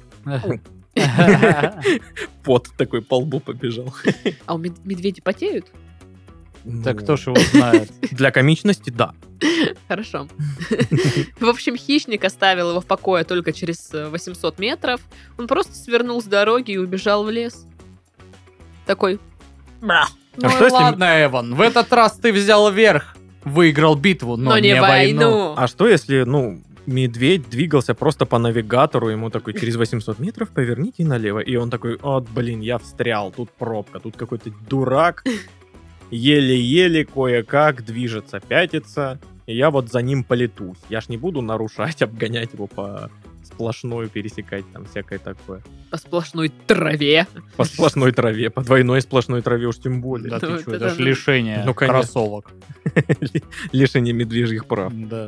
пот такой по лбу побежал. А у медведи потеют? Так кто ж его знает? Для комичности, да. Хорошо. В общем, хищник оставил его в покое только через 800 метров. Он просто свернул с дороги и убежал в лес. Такой... Ну А что если- Ладно, Эван, в этот раз ты взял верх. Выиграл битву, но не войну. А что если, медведь двигался просто по навигатору, ему такой, через 800 метров поверните налево, и он такой, блин, я встрял, тут пробка, тут какой-то дурак, еле-еле кое-как движется, пятится, и я вот за ним полетусь. Я ж не буду нарушать, обгонять его по сплошной, пересекать там всякое такое. По сплошной траве. По сплошной траве, по двойной сплошной траве уж тем более. Да Ну, ты что, это это ж да. лишение Ну, конечно. кроссовок. Лишение медвежьих прав. Да.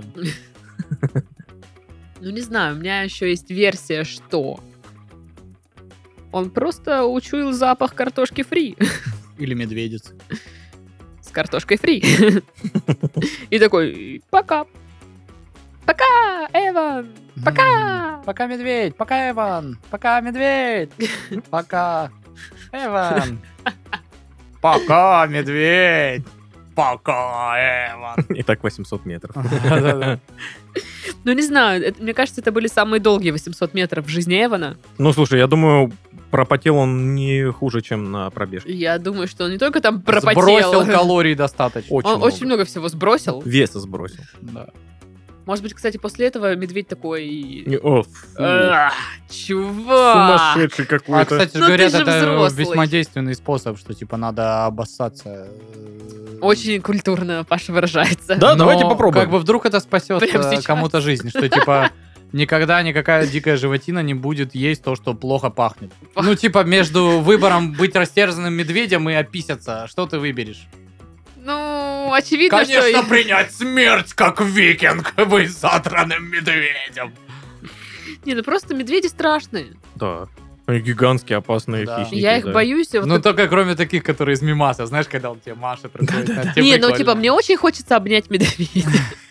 Ну, не знаю, у меня еще есть версия, что он просто учуял запах картошки фри. Или медведиц. С картошкой фри. И такой, пока. Пока, Эван. Пока. Пока, медведь. Пока, Эван. Пока, медведь. Пока, Эван. Пока, медведь. Пока, Эван. И так 800 метров. Да-да-да. Ну, не знаю, мне кажется, это были самые долгие 800 метров в жизни Эвана. Ну, слушай, я думаю, пропотел он не хуже, чем на пробежке. Я думаю, что он не только там пропотел. Сбросил калорий достаточно. Он очень много всего сбросил. Веса сбросил. Да. Может быть, кстати, после этого медведь такой... О, фу. Чувак! Сумасшедший А, какой-то. кстати, Ну, говорят, ты же это взрослый. весьма действенный способ, что, типа, надо обоссаться. Очень культурно Паша выражается. Да, Но давайте попробуем. Как бы вдруг это спасет Прямо сейчас. кому-то жизнь, что, типа, никогда никакая дикая животина не будет есть то, что плохо пахнет. Ну, типа, между выбором быть растерзанным медведем и описаться, что ты выберешь? Ну, очевидно, Конечно, что... принять смерть, как викинг, быть затранным медведем. Не, ну просто медведи страшные. Да. Они гигантские, опасные Да. хищники. Я их да. боюсь. вот Ну, как- только кроме таких, которые из мимаса, знаешь, когда он тебе машет, проходит, а тебе Не, ну прикольно. типа, мне очень хочется обнять медведя.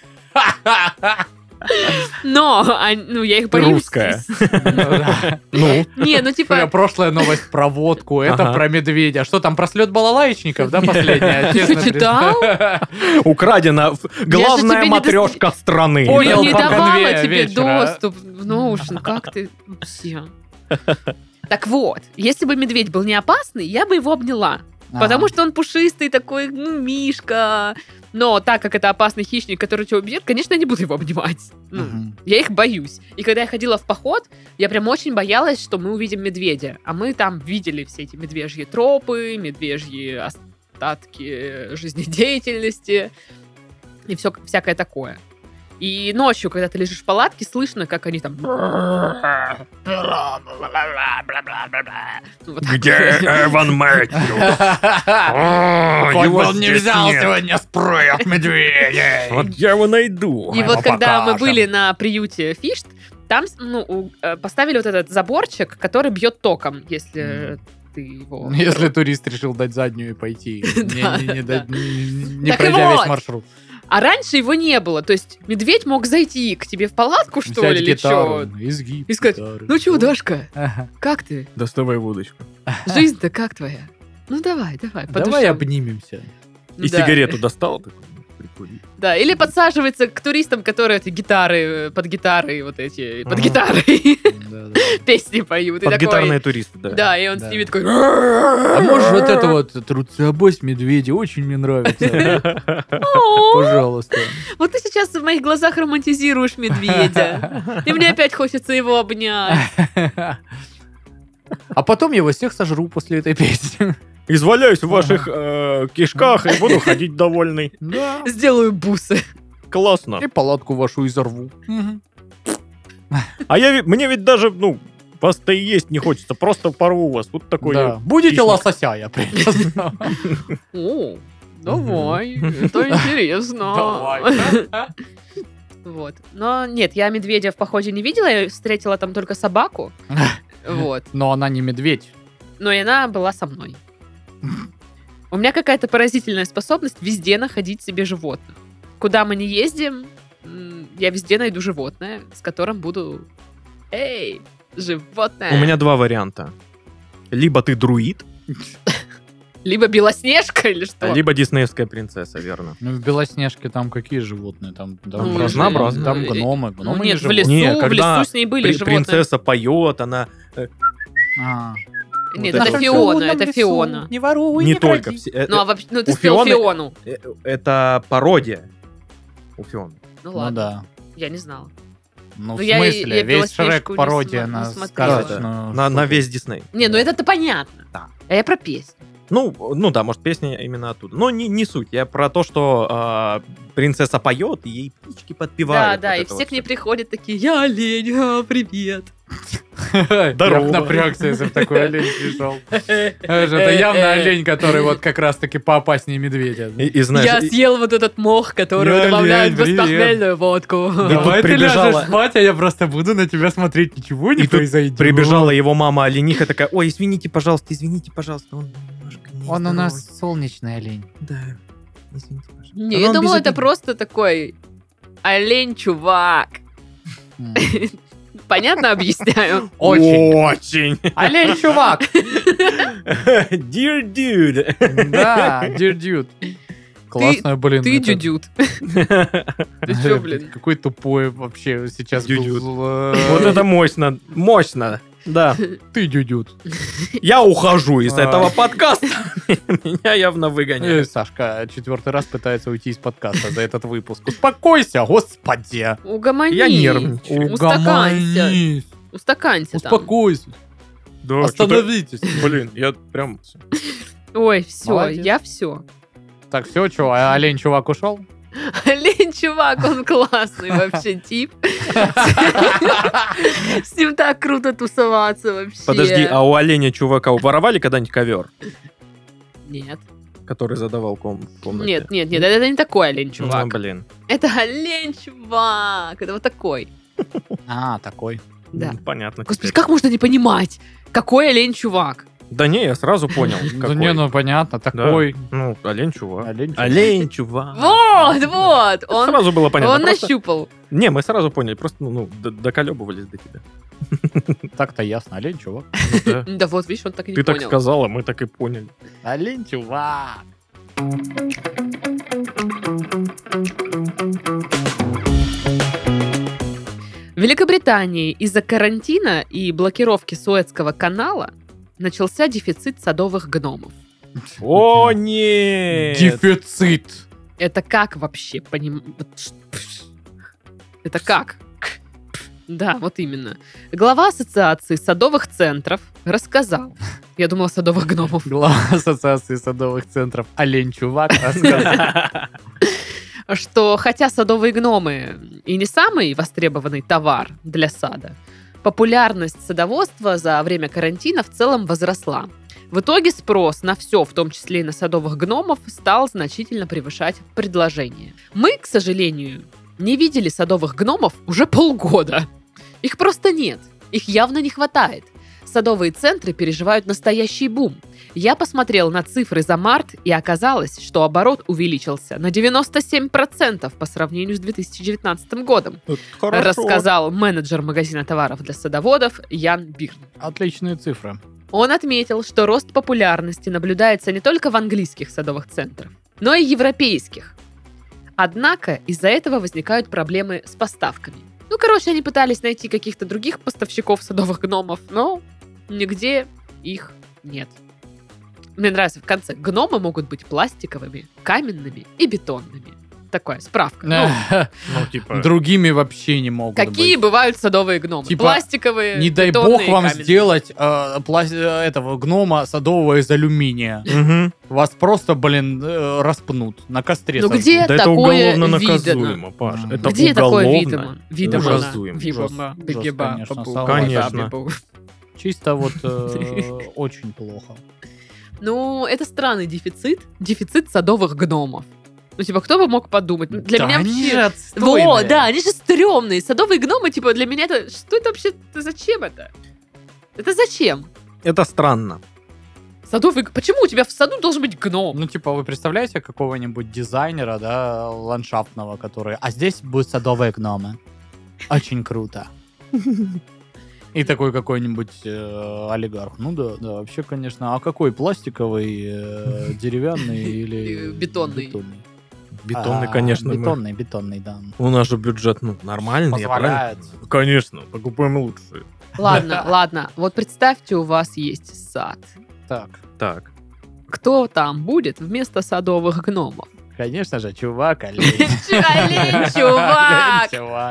Но, я их Ты боюсь. русская. Ну, да. Ну, Не, ну Твоя типа, прошлая новость про водку, это Ага. про медведя. Что там, про слет балалайчников, да, последняя? Ты Честно читал? признаюсь. украдена главная тебе не матрешка страны. Понял, не по давала конве тебе вечера. доступ в Notion. Как ты вообще? Так вот, если бы медведь был не опасный, я бы его обняла. Потому что он пушистый такой, мишка. Но так как это опасный хищник, который тебя убьет, конечно, я не буду его обнимать. Ну, Мгм. я их боюсь. И когда я ходила в поход, я прям очень боялась, что мы увидим медведя. А мы там видели все эти медвежьи тропы, медвежьи остатки жизнедеятельности и все всякое такое. И ночью, когда ты лежишь в палатке, слышно, как они там... Ну, вот так. Где Эван Мэтью? Хоть бы он не взял сегодня спрей от медведя. Вот я его найду. И Мы вот его когда мы покажем. были на приюте Фишт, там поставили вот этот заборчик, который бьет током, если ты его... Если турист решил дать заднюю и пойти, Да, не Так пройдя вот. весь маршрут. А раньше его не было. То есть медведь мог зайти к тебе в палатку, что Взять ли, или гитару, что? изгиб И сказать, гитары. ну чё, Дашка, Ага. как ты? Доставай водочку. Жизнь-то как твоя? Ну, давай, по Давай душам. обнимемся. И Да. сигарету достал. Такой, прикольно. Да, или подсаживается к туристам, которые эти гитары, под гитарой вот эти, под Ага. гитарой Да-да. песни поют. И такой- Подгитарные туристы, да. Да, и он Да. с ними такой... А можешь вот это вот «Трудцеобось медведя» очень мне нравится. Пожалуйста. Вот ты сейчас в моих глазах романтизируешь медведя. И мне опять хочется его обнять. А потом я вас всех сожру после этой песни. Изваляюсь в ваших кишках и буду ходить довольный. Да. Сделаю бусы. Классно. И палатку вашу изорву. А мне ведь даже, вас-то и есть не хочется. Просто порву вас. Вот такой Да. я Будете хищник. лосося, я привез. О, давай, это интересно. Давай. Вот. Но нет, я медведя в походе не видела, я встретила там только собаку. Вот. Но она не медведь. Но и она была со мной. У меня какая-то поразительная способность везде находить себе животных. Куда мы не ездим, я везде найду животное, с которым буду... Эй, животное! У меня два варианта. Либо ты друид, Либо Белоснежка, или что? либо диснеевская принцесса, верно. Ну, в Белоснежке там какие животные? Там Ну, разнообразно. Там ну, гномы. Ну, Гномы нет, не в лесу, животные. Не, когда с ней были животные. Принцесса поет, она А. Нет, Вот это это Фиона, это Фиона. Не воруй, не только. Ну, а вообще, ну ты у спел Фионы- Фиону. Это пародия у Фионы. Ну Ну ладно, да. я не знала. Ну, в Ну, я смысле, весь Белоснежку Шрек не пародия смо- на не смотрела. сказочную На штуку. весь Дисней. Не, ну это-то понятно. Да. А я про песню. Ну да, может, песня именно оттуда. Но не суть. Я про то, что принцесса поет, и ей птички Да, подпевают. да, Вот и это все вот к ней всё. приходят такие, я олень, привет. Я Здорово. б напрягся, если бы такой олень пришел. Это явно олень, который вот как раз-таки поопаснее медведя. И знаешь, Я съел вот этот мох, который Я добавляют в олень, привет. похмельную водку. Давай ты прибежала- ляжешь спать, а я просто буду на тебя смотреть. Ничего не И тут произойдет. прибежала его мама олениха такая, ой, извините, пожалуйста, он немножко Он у нас нездоровый». солнечный олень. Да, извините, пожалуйста. Не, Но я он думала, это безобидный. просто такой олень-чувак. М. Понятно объясняю? Очень. Олень, чувак! Dear dude. Да, dear dude. Классная, блин. Ты это- дюдют. Ты чё, блин? Какой тупой вообще сейчас был. Дюдют. Вот это мощно. Мощно. Да. Ты дюдют. Я ухожу из А. этого подкаста. Меня явно выгоняют. Сашка 4-й раз пытается уйти из подкаста за этот выпуск. Успокойся, господи. Угомони. Я нервничаю. Устаканься. Угомонись. Устаканься там. Успокойся. Да, Остановитесь. что-то- Блин, я прям... Ой, все, Молодец. я все. Так, все, что, олень чувак ушел? Олень, чувак, он классный вообще тип. С ним так круто тусоваться вообще. Подожди, а у оленя чувака воровали когда-нибудь ковер, Нет. который задавал в комнате? Нет, это не такой олень, Ну, чувак. блин. Это олень, чувак. Это вот такой. А, такой. Да. Понятно. Господи, теперь. как можно не понимать, какой олень, чувак? Да не, я сразу понял. Да какой. не, ну понятно, такой. Ну, олень чувак. Олень чувак. Олень чувак. Вот, он Сразу было понятно. он Просто- нащупал. Не, мы сразу поняли, просто доколебывались до тебя. Так-то ясно, олень чувак. Ну да. Да вот, видишь, он так и не Ты так понял. сказала, мы так и поняли. Олень чувак. В Великобритании из-за карантина и блокировки Суэцкого канала начался дефицит садовых гномов. О, нет! Дефицит. Это как вообще Это как? Да, вот именно. Глава ассоциации садовых центров рассказал. Я думала, садовых гномов. Глава ассоциации садовых центров олень чувак рассказал. Что хотя садовые гномы и не самый востребованный товар для сада, популярность садоводства за время карантина в целом возросла. В итоге спрос на все, в том числе и на садовых гномов, стал значительно превышать предложение. Мы, к сожалению, не видели садовых гномов уже полгода. Их просто нет. Их явно не хватает. Садовые центры переживают настоящий бум. Я посмотрел на цифры за март, и оказалось, что оборот увеличился на 97% по сравнению с 2019 годом, Хорошо. рассказал менеджер магазина товаров для садоводов Ян Бирн. Отличные цифры. Он отметил, что рост популярности наблюдается не только в английских садовых центрах, но и европейских. Однако из-за этого возникают проблемы с поставками. Ну, короче, они пытались найти каких-то других поставщиков садовых гномов, но нигде их нет. Мне нравится в конце. Гномы могут быть пластиковыми, каменными и бетонными. Такая справка. Ну, типа... Другими вообще не могут Какие быть. бывают садовые гномы? Типа, Пластиковые, Не дай бетонные, бог вам каменные. сделать этого гнома садового из алюминия. Мгм. Вас просто, распнут на костре. Ну сожгут. где Да это такое уголовно видано? наказуемо, Паш. Мгм. Это Где такое уголовно. видимо? Наказуемо. Жестко, конечно, согласен. Конечно. Чисто очень плохо. Ну, это странный дефицит. Дефицит садовых гномов. Ну, типа, кто бы мог подумать? Для Да меня они вообще... же отстойные. Во, да, они же стрёмные. Садовые гномы, типа, для меня это... Что это вообще? Зачем это? Это зачем? Это странно. Садовый... Почему у тебя в саду должен быть гном? Ну, типа, вы представляете какого-нибудь дизайнера, да, ландшафтного, который... А здесь будут садовые гномы. Очень круто. И такой какой-нибудь олигарх. Ну да, вообще, конечно. А какой? Пластиковый, деревянный или... Бетонный. Бетонный, конечно. мы- Бетонный, да. У нас же бюджет, нормальный, я правильно? Позволяет. Конечно, покупаем лучшие. Ладно. Вот представьте, у вас есть сад. Так, Так. Кто там будет вместо садовых гномов? конечно же, чувак, олень. Олень, чувак!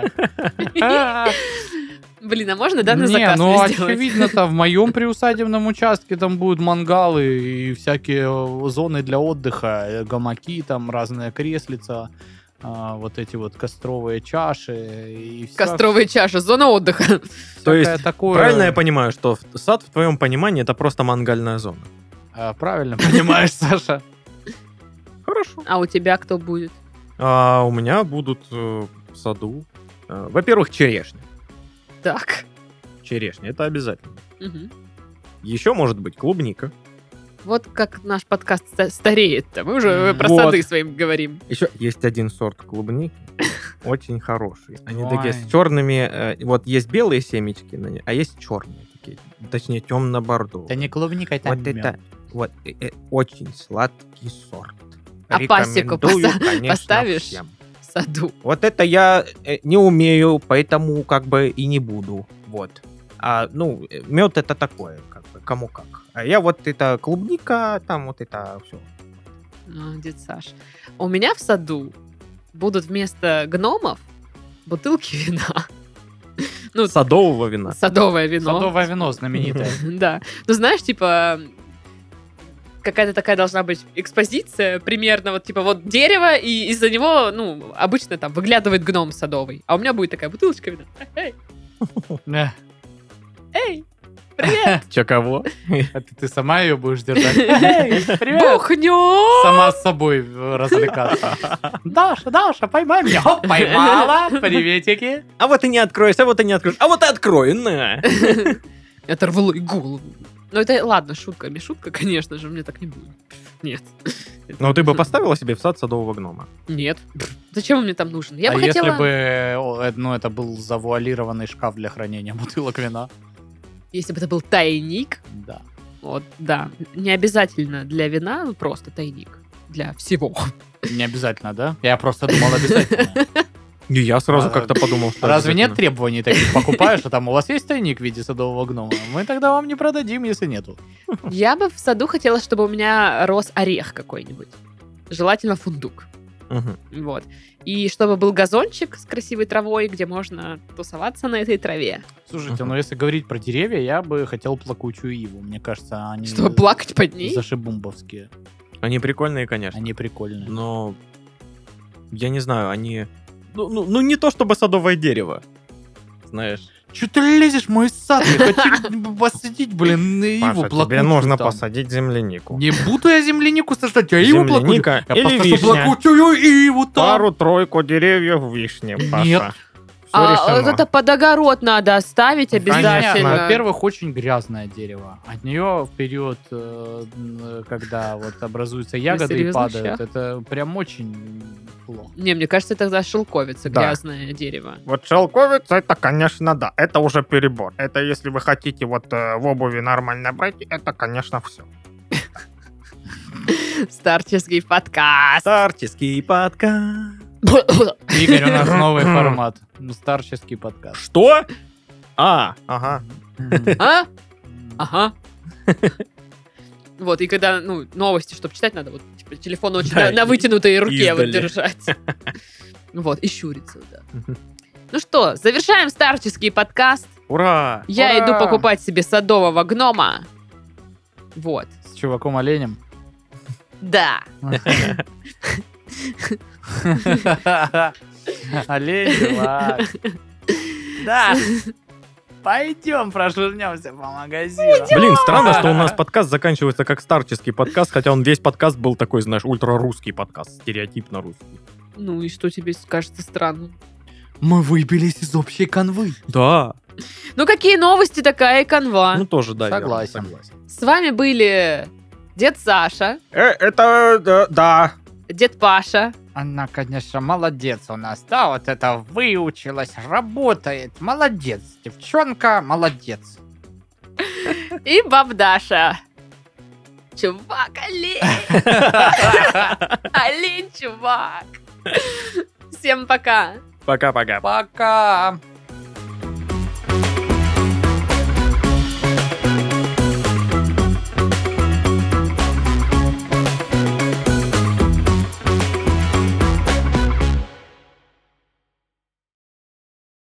Чувак. Блин, а можно, да, на Не, заказ ну мне сделать? очевидно-то в моем приусадебном участке там будут мангалы и всякие зоны для отдыха, гамаки, там разные креслица, вот эти вот костровые чаши и Костровые чаши, зона отдыха. То есть, такое. Правильно я понимаю, что сад в твоем понимании это просто мангальная зона? Правильно понимаешь, Саша. Хорошо. А у тебя кто будет? А у меня будут в саду, во-первых, черешня. Так. Черешня, это обязательно. Мгм. Еще может быть клубника. Вот как наш подкаст стареет-то. Мы уже про Вот. сады своим говорим. Еще есть один сорт клубники, очень хороший. Они такие с Ой. черными, вот есть белые семечки на них, а есть черные такие, точнее темно-бордовые. Это не клубника, это Вот это вот очень сладкий сорт. А пасеку Рекомендую, конечно, поставишь? всем. В саду. Вот это я не умею, поэтому как бы и не буду. Вот. Мед это такое, как бы, кому как. А я вот это клубника, там вот это все. Ну, дед Саш. У меня в саду будут вместо гномов бутылки вина. Ну, Садового вина. садовое вино. Садовое вино знаменитое. Да. Ну, знаешь, типа, какая-то такая должна быть экспозиция примерно, вот, типа, вот дерево, и из-за него, ну, обычно там выглядывает гном садовый. А у меня будет такая бутылочка вина. Эй, эй, привет! Че кого? А ты сама ее будешь держать? Эй, привет! Бухнем! Сама с собой развлекаться. Даша, поймай меня. Оп, поймала. Приветики. А вот и не откроешь, а вот и не откроешь. А вот и открою, на. Оторвало и голову. Ну, это, ладно, шутка. Шутка, конечно же, мне так не будет. Нет. Ну, ты бы поставила себе в сад садового гнома? Нет. Зачем он мне там нужен? Я А бы если хотела... бы это был завуалированный шкаф для хранения бутылок вина? Если бы это был тайник, Да. вот, да. Не обязательно для вина, просто тайник. Для всего. Не обязательно, да? Я просто думал обязательно. И я сразу А, как-то подумал, что Разве нет обязательно. требований таких? Покупаешь, а там у вас есть тайник в виде садового гнома? Мы тогда вам не продадим, если нету. Я бы в саду хотела, чтобы у меня рос орех какой-нибудь. Желательно фундук. Мгм. Вот. И чтобы был газончик с красивой травой, где можно тусоваться на этой траве. Слушайте, ну если говорить про деревья, я бы хотел плакучую иву. Мне кажется, они Чтобы плакать под ней. зашибумбовские. Они прикольные, конечно. Они прикольные. Но я не знаю, они... Ну, не то чтобы садовое дерево. Знаешь. Че ты лезешь в мой сад? Я хочу посадить, блин, иву Паша, плакучую тебе нужно там. посадить землянику. Не буду я землянику сажать, а иву плакучую. Земляника Я или посажу вишня. плакучую иву там. Пару-тройку деревьев вишни, Паша. Нет. Всё решено. Вот это под огород надо оставить Конечно. обязательно. Во-первых, очень грязное дерево. От нее в период, когда вот образуются ягоды и серьезно падают, щас? это прям очень плохо. Не, мне кажется, это шелковица, Да. грязное дерево. Вот шелковица, это, конечно, да. Это уже перебор. Это если вы хотите вот в обуви нормально брать, это, конечно, все. Старческий подкаст. Старческий подкаст. Игорь, у нас новый формат. Старческий подкаст. Что? Ага. А? Ага. Вот, и когда, новости, чтобы читать, надо вот типа, телефон очень Да, на вытянутой руке вот издали. держать. Вот, и щуриться, да. Ну что, завершаем старческий подкаст. Ура! Я Ура! иду покупать себе садового гнома. Вот. С чуваком-оленем. Да. Олень, чувак. Да. Пойдем прошвырнемся по магазину. Блин, странно, что у нас подкаст заканчивается как старческий подкаст, хотя он весь подкаст был такой, знаешь, ультрарусский подкаст, стереотипно русский. Ну и что тебе кажется странным? Мы выбились из общей канвы. Да. Ну какие новости, такая и канва. Ну тоже, да. Согласен. верно, согласен. С вами были дед Саша, Это, да. дед Паша, Она, конечно, молодец у нас, да, вот это выучилась, работает. Молодец, девчонка, молодец. и баб-Даша. Чувак, олень! Олень, чувак! Всем пока! Пока-пока. Пока.